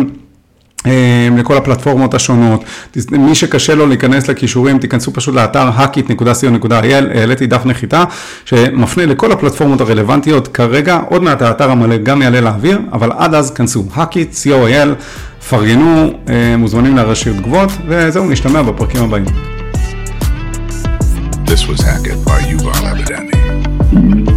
לכל הפלטפורמות השונות. מי שקשה לו להיכנס לקישורים, תיכנסו פשוט לאתר hackit.co.il, העליתי דף נחיתה שמפנה לכל הפלטפורמות הרלוונטיות. כרגע עוד מעט האתר המלא גם יעלה לאוויר, אבל עד אז כנסו hackit.co.il, פרגנו, מוזמנים להשאיר תגובות, וזהו, נשתמע בפרקים הבאים. This was Hackett by Yuval Abedani.